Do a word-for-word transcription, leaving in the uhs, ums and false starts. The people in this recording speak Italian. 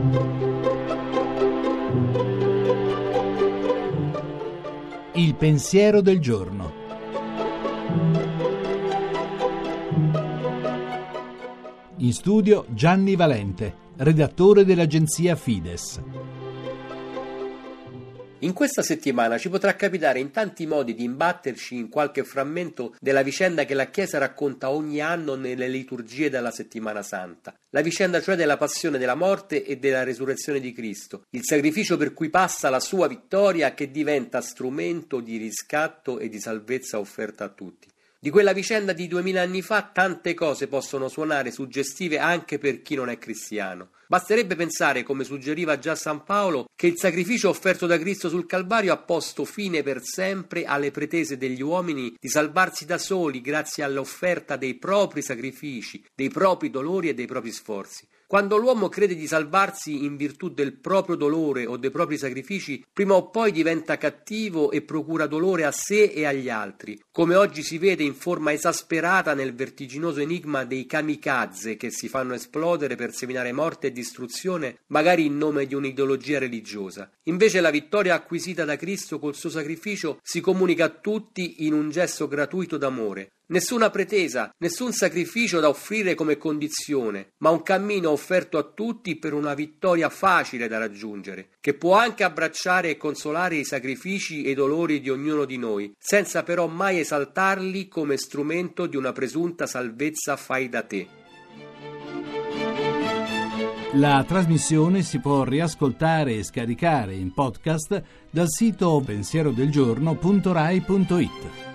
Il pensiero del giorno. In studio Gianni Valente, redattore dell'agenzia Fides. In questa settimana ci potrà capitare in tanti modi di imbatterci in qualche frammento della vicenda che la Chiesa racconta ogni anno nelle liturgie della Settimana Santa. La vicenda cioè della passione, della morte e della resurrezione di Cristo, il sacrificio per cui passa la sua vittoria che diventa strumento di riscatto e di salvezza offerta a tutti. Di quella vicenda di duemila anni fa tante cose possono suonare suggestive anche per chi non è cristiano. Basterebbe pensare, come suggeriva già San Paolo, che il sacrificio offerto da Cristo sul Calvario ha posto fine per sempre alle pretese degli uomini di salvarsi da soli grazie all'offerta dei propri sacrifici, dei propri dolori e dei propri sforzi. Quando l'uomo crede di salvarsi in virtù del proprio dolore o dei propri sacrifici, prima o poi diventa cattivo e procura dolore a sé e agli altri, come oggi si vede in forma esasperata nel vertiginoso enigma dei kamikaze che si fanno esplodere per seminare morte e distruzione, magari in nome di un'ideologia religiosa. Invece la vittoria acquisita da Cristo col suo sacrificio si comunica a tutti in un gesto gratuito d'amore. Nessuna pretesa, nessun sacrificio da offrire come condizione, ma un cammino offerto a tutti per una vittoria facile da raggiungere, che può anche abbracciare e consolare i sacrifici e i dolori di ognuno di noi, senza però mai esaltarli come strumento di una presunta salvezza fai da te. La trasmissione si può riascoltare e scaricare in podcast dal sito pensierodelgiorno punto rai punto it.